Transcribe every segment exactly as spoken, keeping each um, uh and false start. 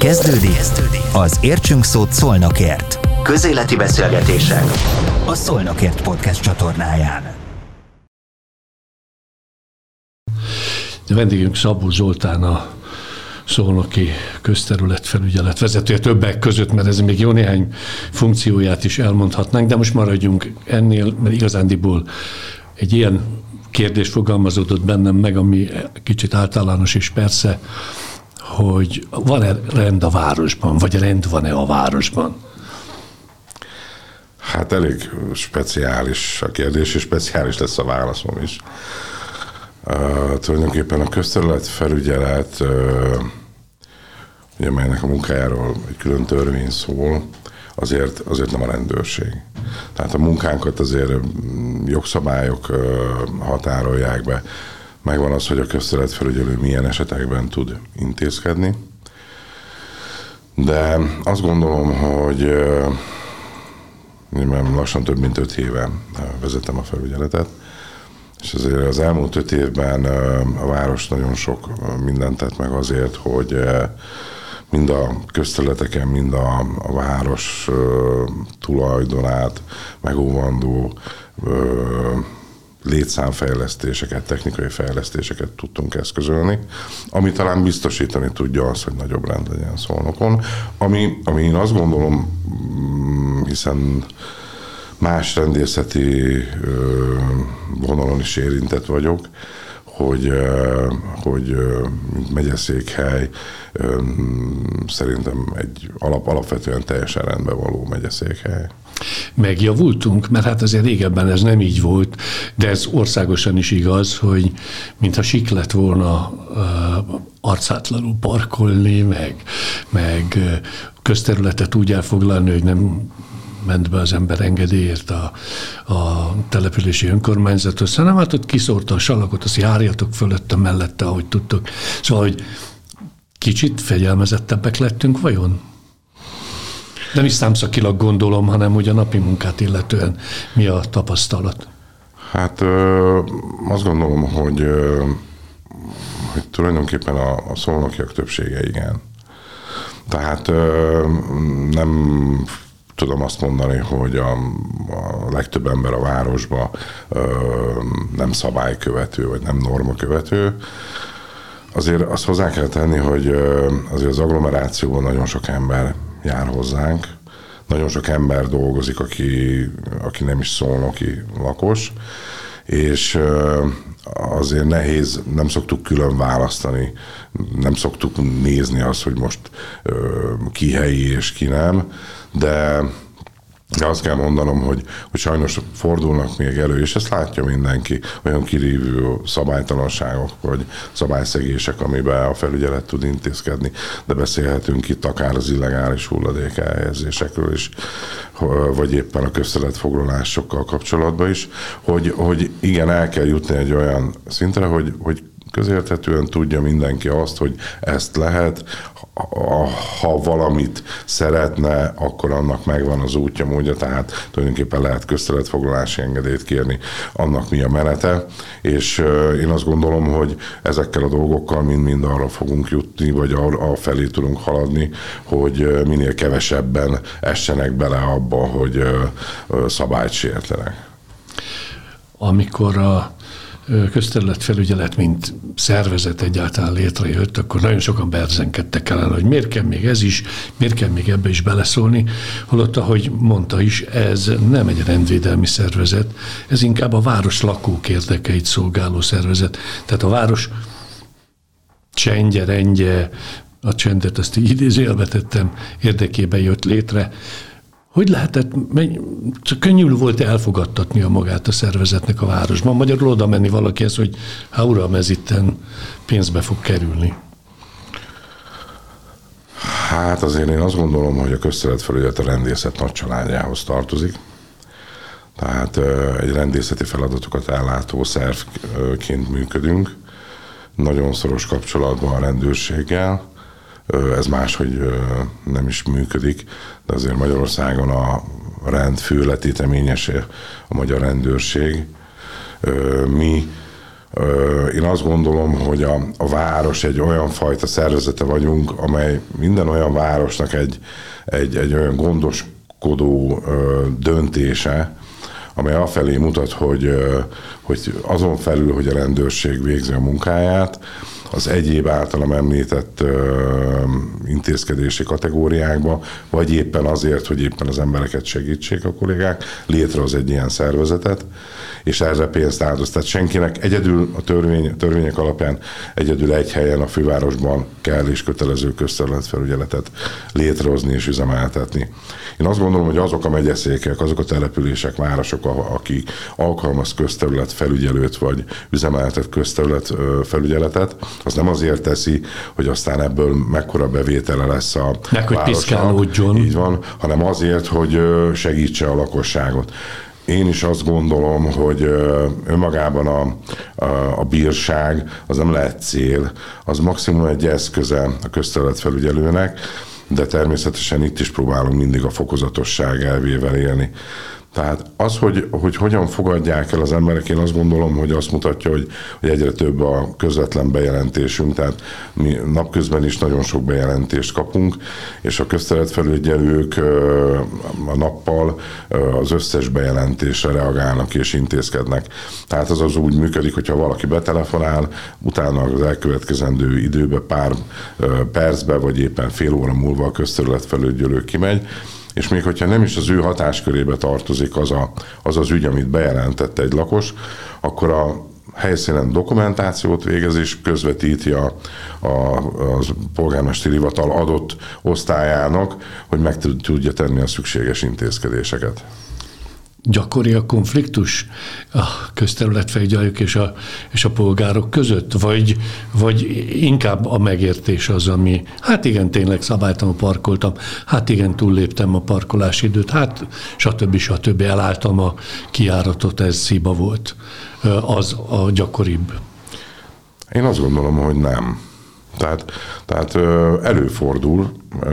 Kezdődik az Értsünk Szót Szolnokért. Közéleti beszélgetések a Szolnokért podcast csatornáján. A vendégünk Szabó Zoltán, a szolnoki közterületfelügyelet vezetője többek között, mert ez még jó néhány funkcióját is elmondhatnánk, de most maradjunk ennél, mert igazándiból egy ilyen kérdés fogalmazódott bennem meg, ami kicsit általános is persze, hogy van-e rend a városban, vagy rend van-e a városban? Hát elég speciális a kérdés, és speciális lesz a válaszom is. Uh, tulajdonképpen a közterületfelügyelet, uh, ugye melynek a munkájáról egy külön törvény szól, azért, azért nem a rendőrség. Tehát a munkánkat azért jogszabályok uh, határolják be. Megvan az, hogy a közterületfelügyelő milyen esetekben tud intézkedni. De azt gondolom, hogy uh, lassan több mint öt éve vezetem a felügyeletet, és azért az elmúlt öt évben a város nagyon sok mindent tett meg azért, hogy mind a közterületeken, mind a, a város tulajdonát megóvandó létszámfejlesztéseket, technikai fejlesztéseket tudtunk eszközölni, ami talán biztosítani tudja azt, hogy nagyobb rend legyen Szolnokon. Ami, ami én azt gondolom, hiszen más rendészeti vonalon is érintett vagyok, hogy, hogy megyeszékhely szerintem egy alap, alapvetően teljesen rendben való megyeszékhely. Megjavultunk, mert hát azért régebben ez nem így volt, de ez országosan is igaz, hogy mintha sik lett volna uh, arcátlanul parkolni, meg, meg uh, közterületet úgy elfoglalni, hogy nem ment be az ember engedélyért a, a települési önkormányzathoz, hanem hát ott kiszórta a salakot, azt járjatok fölötte, mellette, ahogy tudtok. Szóval, hogy kicsit fegyelmezettebbek lettünk vajon? Nem is számszakilag gondolom, hanem hogy a napi munkát illetően mi a tapasztalat? Hát ö, azt gondolom, hogy, ö, hogy tulajdonképpen a, a szolnokiak többsége igen. Tehát ö, nem tudom azt mondani, hogy a, a legtöbb ember a városban ö, nem szabálykövető, vagy nem normakövető. Azért azt hozzá kell tenni, hogy ö, azért az agglomerációban nagyon sok ember jár hozzánk. Nagyon sok ember dolgozik, aki, aki nem is szolnoki lakos, és azért nehéz, nem szoktuk külön választani, nem szoktuk nézni azt, hogy most ki helyi és ki nem, de De azt kell mondanom, hogy, hogy sajnos fordulnak még elő, és ezt látja mindenki, olyan kirívő szabálytalanságok vagy szabályszegések, amiben a felügyelet tud intézkedni, de beszélhetünk itt akár az illegális hulladék elhelyezésekről is, vagy éppen a közterületfoglalásokkal kapcsolatban is, hogy, hogy igen, el kell jutni egy olyan szintre, hogy, hogy közérthetően tudja mindenki azt, hogy ezt lehet, ha valamit szeretne, akkor annak megvan az útja, módja, tehát tulajdonképpen lehet közterületfoglalási engedélyt kérni, annak mi a menete, és én azt gondolom, hogy ezekkel a dolgokkal mind-mind arra fogunk jutni, vagy arra felé tudunk haladni, hogy minél kevesebben essenek bele abba, hogy szabályt sértenek. Amikor a közterületfelügyelet, mint szervezet egyáltalán létrejött, akkor nagyon sokan berzenkedtek ellen, hogy miért kell még ez is, miért kell még ebbe is beleszólni, holott, ahogy mondta is, ez nem egy rendvédelmi szervezet, ez inkább a város lakók érdekeit szolgáló szervezet. Tehát a város csendje, rendje, a csendet azt így idézőjelbe tettem, érdekében jött létre. Hogy lehetett, csak könnyű volt elfogadtatni a magát a szervezetnek a városban? Magyarul oda menni valakihez, hogy ha uram, ez itten pénzbe fog kerülni. Hát azért én azt gondolom, hogy a közterületfelügyelet a rendészet nagy családjához tartozik. Tehát egy rendészeti feladatokat ellátó szervként működünk. Nagyon szoros kapcsolatban a rendőrséggel. Ez máshogy nem is működik, de azért Magyarországon a rend fő letéteményese a magyar rendőrség. Mi Én azt gondolom, hogy a, a város egy olyan fajta szervezete vagyunk, amely minden olyan városnak egy, egy, egy olyan gondoskodó döntése, amely afelé mutat, hogy, hogy azon felül, hogy a rendőrség végzi a munkáját, az egyéb általam említett ö, intézkedési kategóriákba, vagy éppen azért, hogy éppen az embereket segítsék a kollégák, létrehoz egy ilyen szervezetet, és erre pénzt áldoz. Tehát senkinek egyedül a törvény, törvények alapján egyedül egy helyen a fővárosban kell és kötelező közterületfelügyeletet létrehozni és üzemeltetni. Én azt gondolom, hogy azok a megyeszékek, azok a települések, városok, akik alkalmaz közterületfelügyelőt, vagy üzemeltet közterületfelügyeletet, az nem azért teszi, hogy aztán ebből mekkora bevétele lesz a meg, hogy piszkálódjon. Így van, hanem azért, hogy segítse a lakosságot. Én is azt gondolom, hogy önmagában a, a, a bírság az nem lehet cél, az maximum egy eszköze a közterületfelügyelőnek, de természetesen itt is próbálunk mindig a fokozatosság elvével élni. Tehát az, hogy, hogy hogyan fogadják el az emberek, én azt gondolom, hogy azt mutatja, hogy, hogy egyre több a közvetlen bejelentésünk, tehát mi napközben is nagyon sok bejelentést kapunk, és a közterületfelügyelők a nappal az összes bejelentésre reagálnak és intézkednek. Tehát az az úgy működik, hogyha valaki betelefonál, utána az elkövetkezendő időbe, pár percbe, vagy éppen fél óra múlva a közterületfelügyelő kimegy, és még hogyha nem is az ő hatáskörébe tartozik az, a, az az ügy, amit bejelentette egy lakos, akkor a helyszínen dokumentációt végez, és közvetíti a, a, a polgármesteri hivatal adott osztályának, hogy meg tudja tenni a szükséges intézkedéseket. Gyakori a konfliktus a közterületfelügyelők és a, és a polgárok között, vagy, vagy inkább a megértés az, ami, hát igen, tényleg szabálytalanul parkoltam, hát igen, túlléptem a parkolási időt, hát stb. stb. Elálltam a kijáratot, ez hiba volt. Az a gyakoribb. Én azt gondolom, hogy nem. Tehát, tehát előfordul.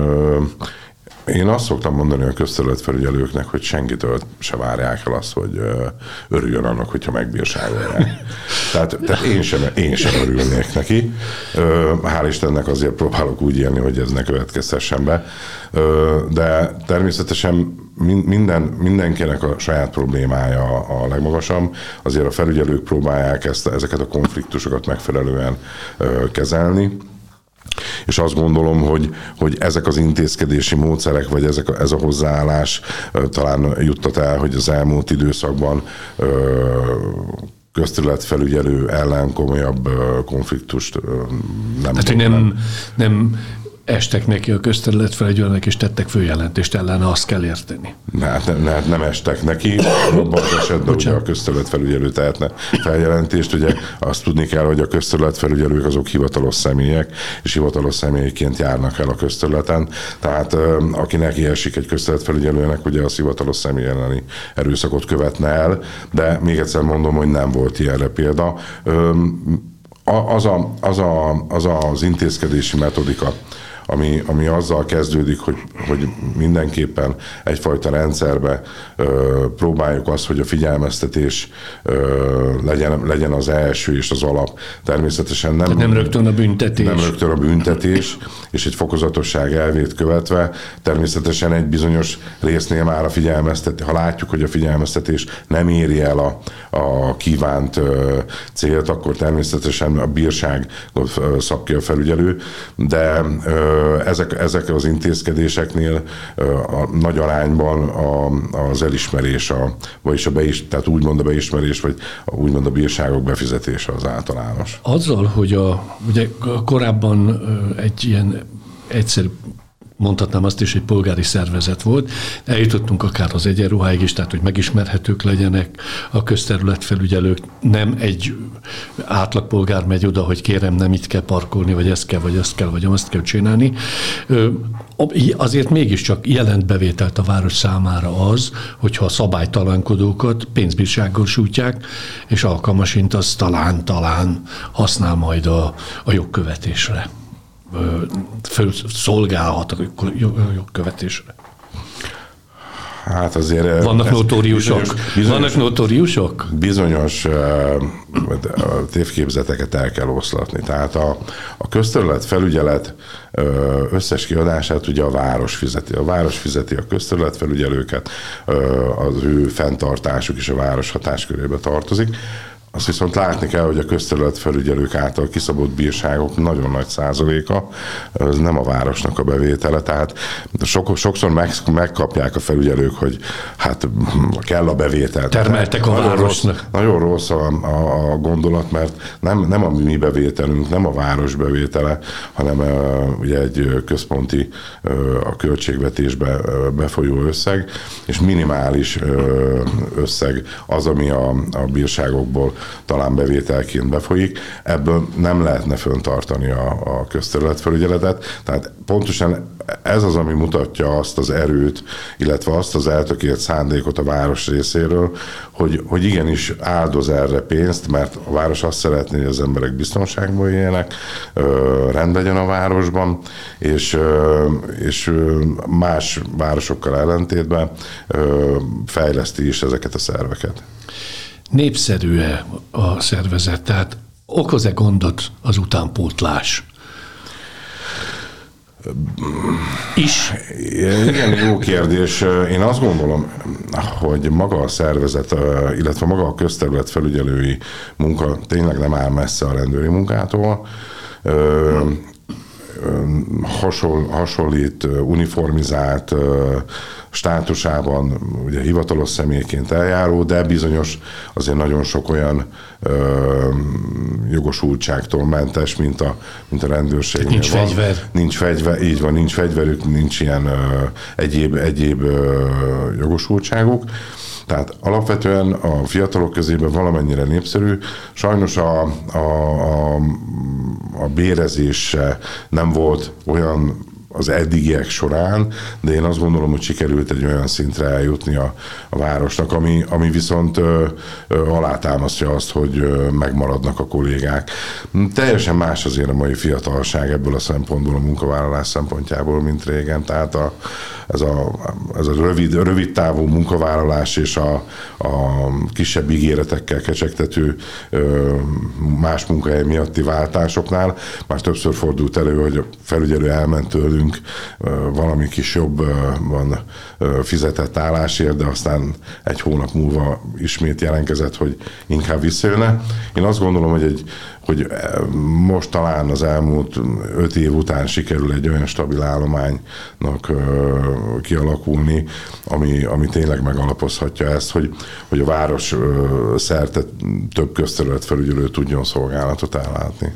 Én azt szoktam mondani a közterületfelügyelőknek, hogy senkitől se várják el azt, hogy örüljön annak, hogyha megbírságolják. Tehát, tehát én, sem, én sem örülnék neki. Hál' Istennek azért próbálok úgy élni, hogy ez ne következhessen be. De természetesen minden, mindenkinek a saját problémája a legmagasabb. Azért a felügyelők próbálják ezt, ezeket a konfliktusokat megfelelően kezelni. És azt gondolom, hogy, hogy ezek az intézkedési módszerek, vagy ezek a, ez a hozzáállás talán juttat el, hogy az elmúlt időszakban közterületfelügyelő ellen komolyabb konfliktust nem hát, hogy nem, nem estek neki a közterületfelügyelőnek, és tettek följelentést ellene, azt kell érteni. Hát nem, nem, nem estek neki, abban az esetben ugye a közterületfelügyelő tehetne feljelentést. Ugye azt tudni kell, hogy a közterületfelügyelők azok hivatalos személyek, és hivatalos személyként járnak el a közterületen. Tehát aki neki esik egy közterületfelügyelőnek, ugye az hivatalos személy elleni erőszakot követne el, de még egyszer mondom, hogy nem volt ilyenre példa. Az, a, az, a, az az intézkedési metodika, Ami, ami azzal kezdődik, hogy, hogy mindenképpen egyfajta rendszerbe ö, próbáljuk azt, hogy a figyelmeztetés ö, legyen, legyen az első és az alap. Természetesen nem, nem rögtön a büntetés. Nem rögtön a büntetés, és egy fokozatosság elvét követve természetesen egy bizonyos résznél már a figyelmeztetés, ha látjuk, hogy a figyelmeztetés nem éri el a, a kívánt ö, célt, akkor természetesen a bírság szab ki a felügyelő, de ö, Ezek, ezek az intézkedéseknél a nagy arányban a, az elismerés, a, vagyis a beis, tehát úgymond a beismerés, vagy úgymond a bírságok befizetése az általános. Azzal, hogy a, ugye korábban egy ilyen egyszerű, mondhatnám azt is, egy polgári szervezet volt. Eljutottunk akár az egyenruháig is, tehát hogy megismerhetők legyenek a közterületfelügyelők. Nem egy átlagpolgár megy oda, hogy kérem, nem itt kell parkolni, vagy ezt kell, vagy azt kell, vagy azt kell csinálni. Azért mégiscsak jelent bevételt a város számára az, hogyha a szabálytalankodókat pénzbírsággal sújtják, és alkalmasint az talán-talán használ majd a, a jogkövetésre. Szolgálhat a jogkövetésre. Hát azért... Vannak notóriusok? Bizonyos, bizonyos, Vannak notóriusok? Bizonyos uh, tévképzeteket el kell oszlatni. Tehát a, a közterület felügyelet uh, összes kiadását ugye a város fizeti. A város fizeti a közterületfelügyelőket, uh, az ő fenntartásuk is a város hatáskörébe tartozik. Azt viszont látni kell, hogy a közterületfelügyelők által kiszabott bírságok nagyon nagy százaléka, ez nem a városnak a bevétele, tehát sok, sokszor meg, megkapják a felügyelők, hogy hát kell a bevétel. Termeltek a nagyon városnak. Rossz, nagyon rossz a, a, a gondolat, mert nem, nem a mi bevételünk, nem a város bevétele, hanem uh, ugye egy központi uh, a költségvetésbe uh, befolyó összeg, és minimális uh, összeg az, ami a, a bírságokból talán bevételként befolyik, ebből nem lehetne föntartani a, a közterületfelügyeletet. Tehát pontosan ez az, ami mutatja azt az erőt, illetve azt az eltökélt szándékot a város részéről, hogy, hogy igenis áldoz erre pénzt, mert a város azt szeretné, hogy az emberek biztonságban éljenek, rend legyen a városban, és, és más városokkal ellentétben fejleszti is ezeket a szerveket. Népszerű-e a szervezet? Tehát okoz-e gondot az utánpótlás? Is? Igen, jó kérdés. Én azt gondolom, hogy maga a szervezet, illetve maga a közterület felügyelői munka tényleg nem áll messze a rendőri munkától. Hasonl, hasonlít, uniformizált státusában, ugye hivatalos személyként eljáró, de bizonyos azért nagyon sok olyan ö, jogosultságtól mentes, mint a, mint a rendőrségnél. Nincs van. fegyver. Nincs fegyver, így van, nincs fegyverük, nincs ilyen ö, egyéb, egyéb ö, jogosultságuk. Tehát alapvetően a fiatalok közében valamennyire népszerű. Sajnos a, a, a, a bérezése nem volt olyan az eddigiek során, de én azt gondolom, hogy sikerült egy olyan szintre eljutni a, a városnak, ami, ami viszont ö, ö, alátámasztja azt, hogy ö, megmaradnak a kollégák. Teljesen más azért a mai fiatalság ebből a szempontból, a munkavállalás szempontjából, mint régen. Tehát a, ez a, ez a rövid, rövid távú munkavállalás és a, a kisebb ígéretekkel kecsegtető ö, más munkahely miatti váltásoknál már többször fordult elő, hogy a felügyelő elment tőlünk valami kis jobban fizetett állásért, de aztán egy hónap múlva ismét jelentkezett, hogy inkább visszajönne. Én azt gondolom, hogy, egy, hogy most talán az elmúlt öt év után sikerül egy olyan stabil állománynak kialakulni, ami, ami tényleg megalapozhatja ezt, hogy, hogy a város szerte több közterületfelügyelő tudjon szolgálatot ellátni.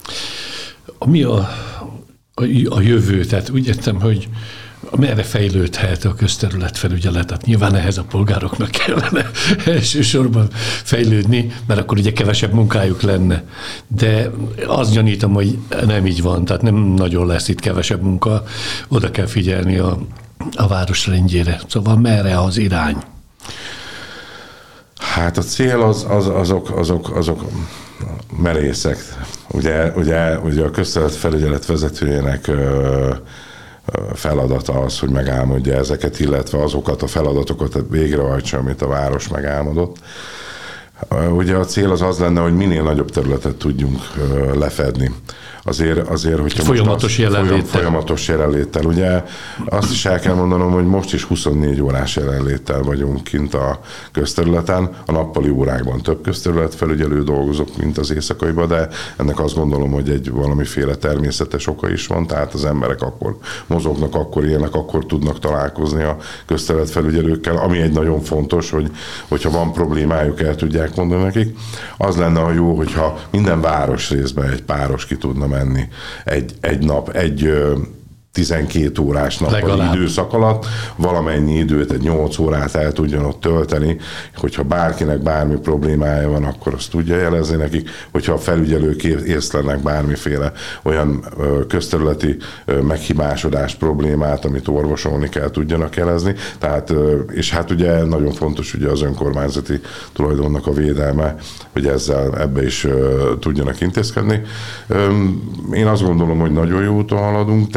Mi a a jövő, tehát úgy értem, hogy merre fejlődhet a közterületfelügyelet, tehát nyilván ehhez a polgároknak kellene elsősorban fejlődni, mert akkor ugye kevesebb munkájuk lenne. De azt gyanítom, hogy nem így van, tehát nem nagyon lesz itt kevesebb munka, oda kell figyelni a, a város rendjére. Szóval merre az irány? Hát a cél az, az, azok, azok, azok merészek. Ugye, ugye, ugye a közterületfelügyelet vezetőjének ö, feladata az, hogy megálmodja ezeket, illetve azokat a feladatokat végrehajtsa, amit a város megálmodott. Ugye a cél az az lenne, hogy minél nagyobb területet tudjunk lefedni. Azért, azért hogyha folyamatos jelenléttel. Folyamatos jelenléttel. Ugye azt is el kell mondanom, hogy most is huszonnégy órás jelenléttel vagyunk kint a közterületen. A nappali órákban több közterületfelügyelő dolgozok, mint az éjszakaiban, de ennek azt gondolom, hogy egy valamiféle természetes oka is van, tehát az emberek akkor mozognak, akkor élnek, akkor tudnak találkozni a közterületfelügyelőkkel, ami egy nagyon fontos, hogy, hogyha van problémájuk, el tudják mondani nekik. Az lenne a jó, hogyha minden városrészben egy páros ki tudna menni egy, egy nap, egy tizenkét órás nappali időszak alatt, valamennyi időt, egy nyolc órát el tudjon ott tölteni, hogyha bárkinek bármi problémája van, akkor azt tudja jelezni nekik, hogyha a felügyelők észlelnek bármiféle olyan közterületi meghibásodás problémát, amit orvosolni kell, tudjanak jelezni. Tehát, és hát ugye nagyon fontos ugye az önkormányzati tulajdonnak a védelme, hogy ezzel ebbe is tudjanak intézkedni. Én azt gondolom, hogy nagyon jó úton haladunk, természetesen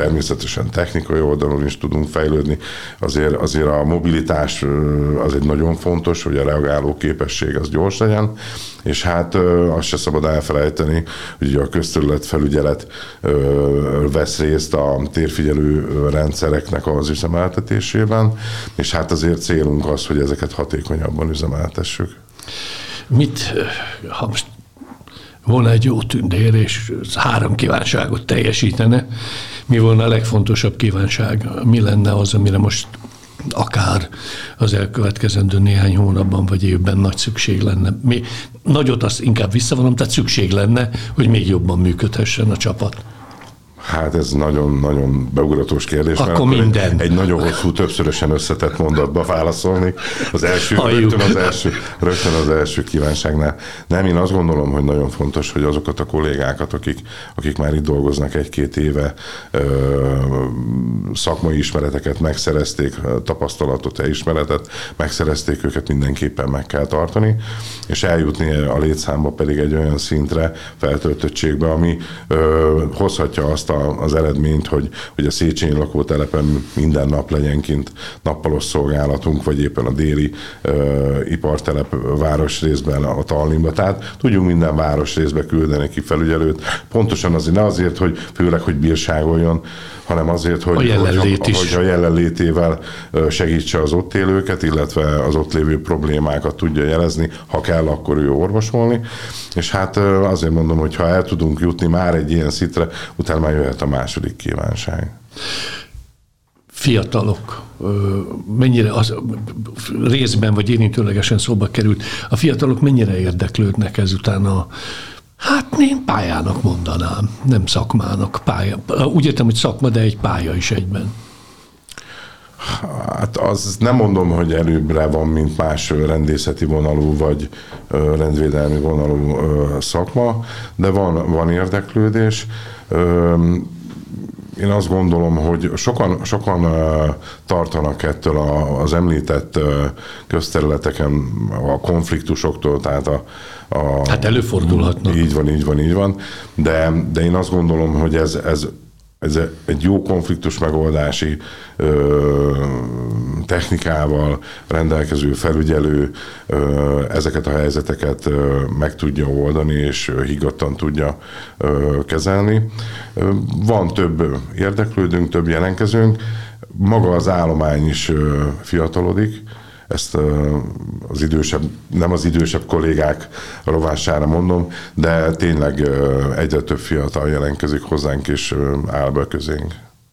természetesen technikai oldalon is tudunk fejlődni. Azért, azért a mobilitás az egy nagyon fontos, hogy a reagáló képesség az gyors legyen, és hát azt se szabad elfelejteni, hogy a közterületfelügyelet vesz részt a térfigyelő rendszereknek az üzemeltetésében, és hát azért célunk az, hogy ezeket hatékonyabban üzemeltessük. Mit, ha most volna egy jó tündér, és három kívánságot teljesítene, mi volna a legfontosabb kívánság? Mi lenne az, amire most akár az elkövetkezendő néhány hónapban vagy évben nagy szükség lenne? Mi, nagyot azt inkább visszavonom, tehát szükség lenne, hogy még jobban működhessen a csapat. Hát ez nagyon-nagyon beugratós kérdés. Akkor minden. Egy, egy nagyon hosszú, többszörösen összetett mondatba válaszolni. Az első, rögtön az első, rögtön az első kívánságnál. Nem, én azt gondolom, hogy nagyon fontos, hogy azokat a kollégákat, akik, akik már itt dolgoznak egy-két éve, ö, szakmai ismereteket megszerezték, tapasztalatot, ismeretet megszerezték, őket mindenképpen meg kell tartani, és eljutni a létszámba pedig egy olyan szintre, feltöltöttségbe, ami ö, hozhatja azt a az eredményt, hogy, hogy a Széchenyi lakótelepen minden nap legyen kint nappalos szolgálatunk, vagy éppen a déli ö, ipartelep városrészben, a Tallinnba. Tehát tudjunk minden városrészbe küldeni ki felügyelőt. Pontosan azért, ne azért, hogy főleg, hogy bírságoljon, hanem azért, hogy a, jelenlét hogy, hogy a jelenlétével segítse az ott élőket, illetve az ott lévő problémákat tudja jelezni, ha kell, akkor ő orvosolni. És hát azért mondom, hogy ha el tudunk jutni már egy ilyen szintre, utána már jöhet a második kívánság. Fiatalok, mennyire az, részben vagy érintőlegesen szóba került, a fiatalok mennyire érdeklődnek ezután a Hát én pályának mondanám, nem szakmának. Pálya. Úgy értem, hogy szakma, de egy pálya is egyben. Hát az nem mondom, hogy előbbre van, mint más rendészeti vonalú vagy rendvédelmi vonalú szakma, de van, van érdeklődés. Én azt gondolom, hogy sokan, sokan tartanak ettől az említett közterületeken a konfliktusoktól, tehát a, a hát előfordulhatnak. Így van, így van, így van, de, de én azt gondolom, hogy ez, ez, ez egy jó konfliktus megoldási ö, technikával rendelkező felügyelő ö, ezeket a helyzeteket ö, meg tudja oldani, és higgadtan tudja ö, kezelni. Ö, van több érdeklődünk, több jelentkezőnk, maga az állomány is ö, fiatalodik, ezt az idősebb, nem az idősebb kollégák rovására mondom, de tényleg egyre több fiatal jelentkezik hozzánk és áll be közénk.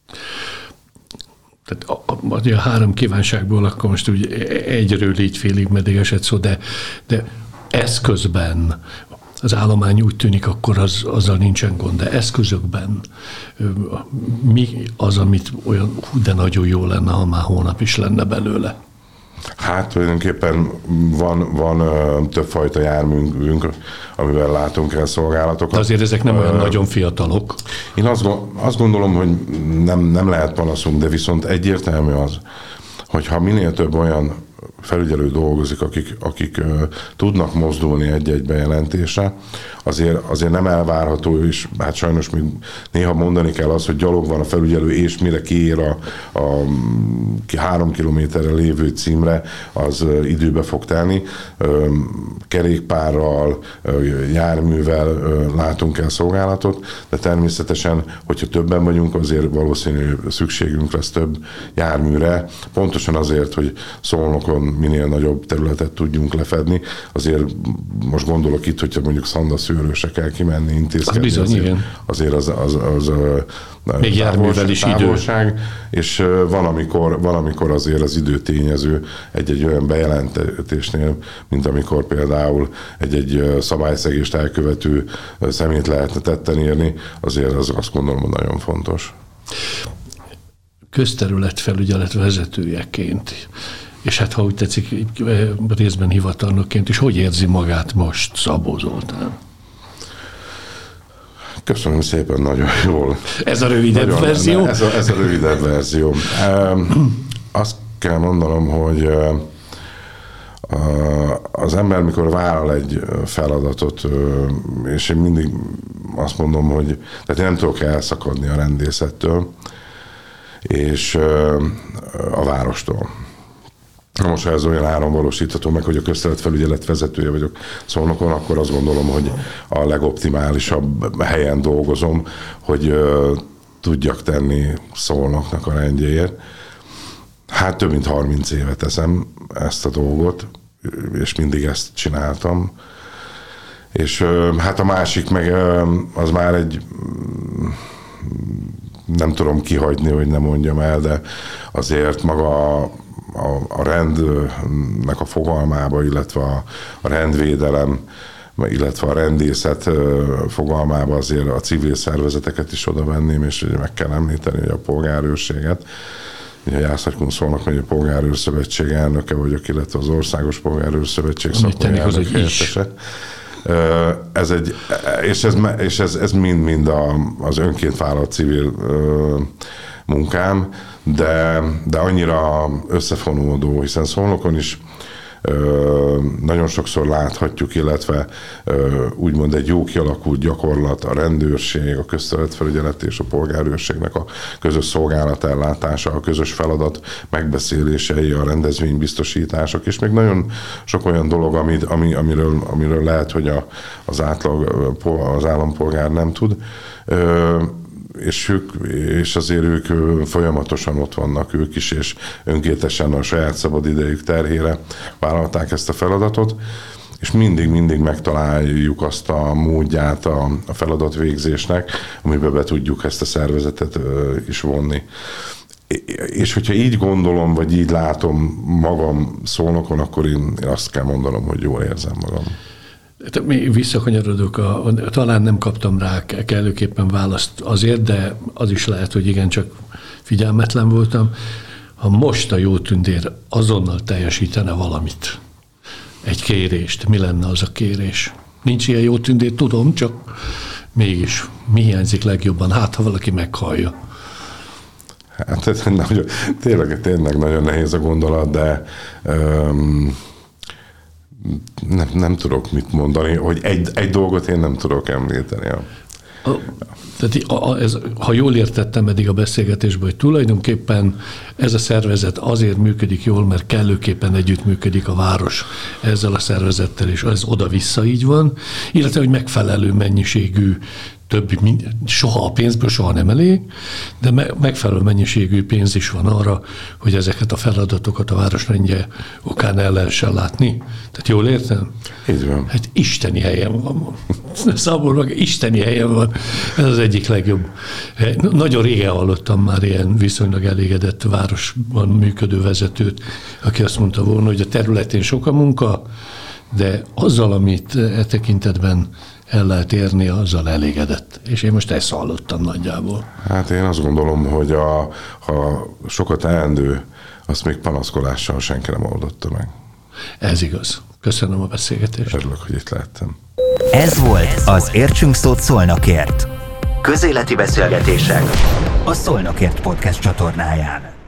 Tehát a, a, a három kívánságból akkor most úgy egyről így félig meddig esett szó, de, de eszközben az állomány úgy tűnik, akkor az, azzal nincsen gond, de eszközökben mi az, amit olyan, de nagyon jó lenne, ha már hónap is lenne belőle? Hát tulajdonképpen van, van uh, többfajta járművünk, amivel látunk el szolgálatokat. De azért ezek nem olyan uh, nagyon fiatalok. Én azt, azt gondolom, hogy nem, nem lehet panaszunk, de viszont egyértelmű az, hogyha minél több olyan felügyelő dolgozik, akik, akik uh, tudnak mozdulni egy-egy bejelentésre, azért, azért nem elvárható, és hát sajnos még néha mondani kell az, hogy gyalog van a felügyelő, és mire kiér a, a három kilométerre lévő címre, az uh, időbe fog telni. Uh, kerékpárral, uh, járművel uh, látunk el szolgálatot, de természetesen, hogyha többen vagyunk, azért valószínű szükségünk lesz több járműre, pontosan azért, hogy Szolnokon minél nagyobb területet tudjunk lefedni. Azért most gondolok itt, hogyha mondjuk szandaszőrösre kell kimenni, intézkedni. Az bizony, azért, igen. Azért az, az, az, az még járművel is távolság, idő. És van amikor, van, amikor azért az időtényező egy-egy olyan bejelentésnél, mint amikor például egy-egy szabályszegést elkövető szemét lehetne tetten érni, azért az azt gondolom, hogy nagyon fontos. Közterületfelügyelet vezetőjeként, és hát ha úgy tetszik, részben hivatalnokként is, hogy érzi magát most Szabó Zoltán? Köszönöm szépen, nagyon jól. Ez a rövidebb nagyon, verzió? Ez a, ez a rövidebb verzió. Azt kell mondanom, hogy az ember, mikor vállal egy feladatot, és én mindig azt mondom, hogy tehát én nem tudok elszakadni a rendészettől, és a várostól. Most, ha ez olyan áron valósítható meg, hogy a közterületfelügyelet vezetője vagyok Szolnokon, akkor azt gondolom, hogy a legoptimálisabb helyen dolgozom, hogy uh, tudjak tenni Szolnoknak a rendjéért. Hát több mint harminc éve teszem ezt a dolgot, és mindig ezt csináltam. És uh, hát a másik meg uh, az már egy nem tudom kihagyni, hogy ne mondjam el, de azért maga a A, a rendnek a fogalmába, illetve a, a rendvédelem, illetve a rendészet fogalmába azért a civil szervezeteket is oda venném, és ugye meg kell említeni, hogy a polgárőrséget. Ugye a Jászai-Kunszolnok megye Polgárőr Szövetség elnöke vagyok, illetve az Országos Polgárőr Szövetség szakmai elnök helyettese. Ez egy, és ez, és ez, ez mind-mind az önként vállalt civil munkám, de, de annyira összefonódó, hiszen Szolnokon is ö, nagyon sokszor láthatjuk, illetve ö, úgymond egy jó kialakult gyakorlat, a rendőrség, a közterületfelügyelet és a polgárőrségnek a közös szolgálatellátása, a közös feladat megbeszélései, a rendezvénybiztosítások, és még nagyon sok olyan dolog, amit, ami, amiről, amiről lehet, hogy a, az átlag az állampolgár nem tud. Ö, és, ők, és azért ők folyamatosan ott vannak ők is, és önkéntesen a saját szabad idejük terhére vállalták ezt a feladatot, és mindig-mindig megtaláljuk azt a módját a, a feladatvégzésnek, amiben be tudjuk ezt a szervezetet is vonni. És hogyha így gondolom, vagy így látom magam Szolnokon, akkor én azt kell mondanom, hogy jól érzem magam. Még visszakanyarodok, a, a, talán nem kaptam rá kellőképpen választ azért, de az is lehet, hogy igen, csak figyelmetlen voltam. Ha most a jó tündér azonnal teljesítene valamit, egy kérést, mi lenne az a kérés? Nincs ilyen jó tündér, tudom, csak mégis mi hiányzik legjobban? Hát, ha valaki meghallja. Hát nagyon, tényleg, tényleg nagyon nehéz a gondolat, de um, nem, nem tudok mit mondani, hogy egy, egy dolgot én nem tudok említeni. A, tehát a, a, ez, ha jól értettem eddig a beszélgetésben, hogy tulajdonképpen ez a szervezet azért működik jól, mert kellőképpen együttműködik a város ezzel a szervezettel, és ez oda-vissza így van, illetve, hogy megfelelő mennyiségű több, soha a pénzből soha nem elég, de megfelelő mennyiségű pénz is van arra, hogy ezeket a feladatokat a városrendje okán el lehessen látni. Tehát jól értem? Így van. Hát isteni helyen van. Számomra isteni helyen van. Ez az egyik legjobb. Nagyon régen hallottam már ilyen viszonylag elégedett városban működő vezetőt, aki azt mondta volna, hogy a területén sok a munka, de azzal, amit e tekintetben el lehet érni, azzal elégedett. És én most ezt hallottam nagyjából. Hát én azt gondolom, hogy a, ha sokat teendő, azt még panaszkodással senki nem oldotta meg. Ez igaz. Köszönöm a beszélgetést. Örülök, hogy itt lehettem. Ez volt az Értsünk Szót Szolnokért. Közéleti beszélgetések a Szolnokért podcast csatornáján.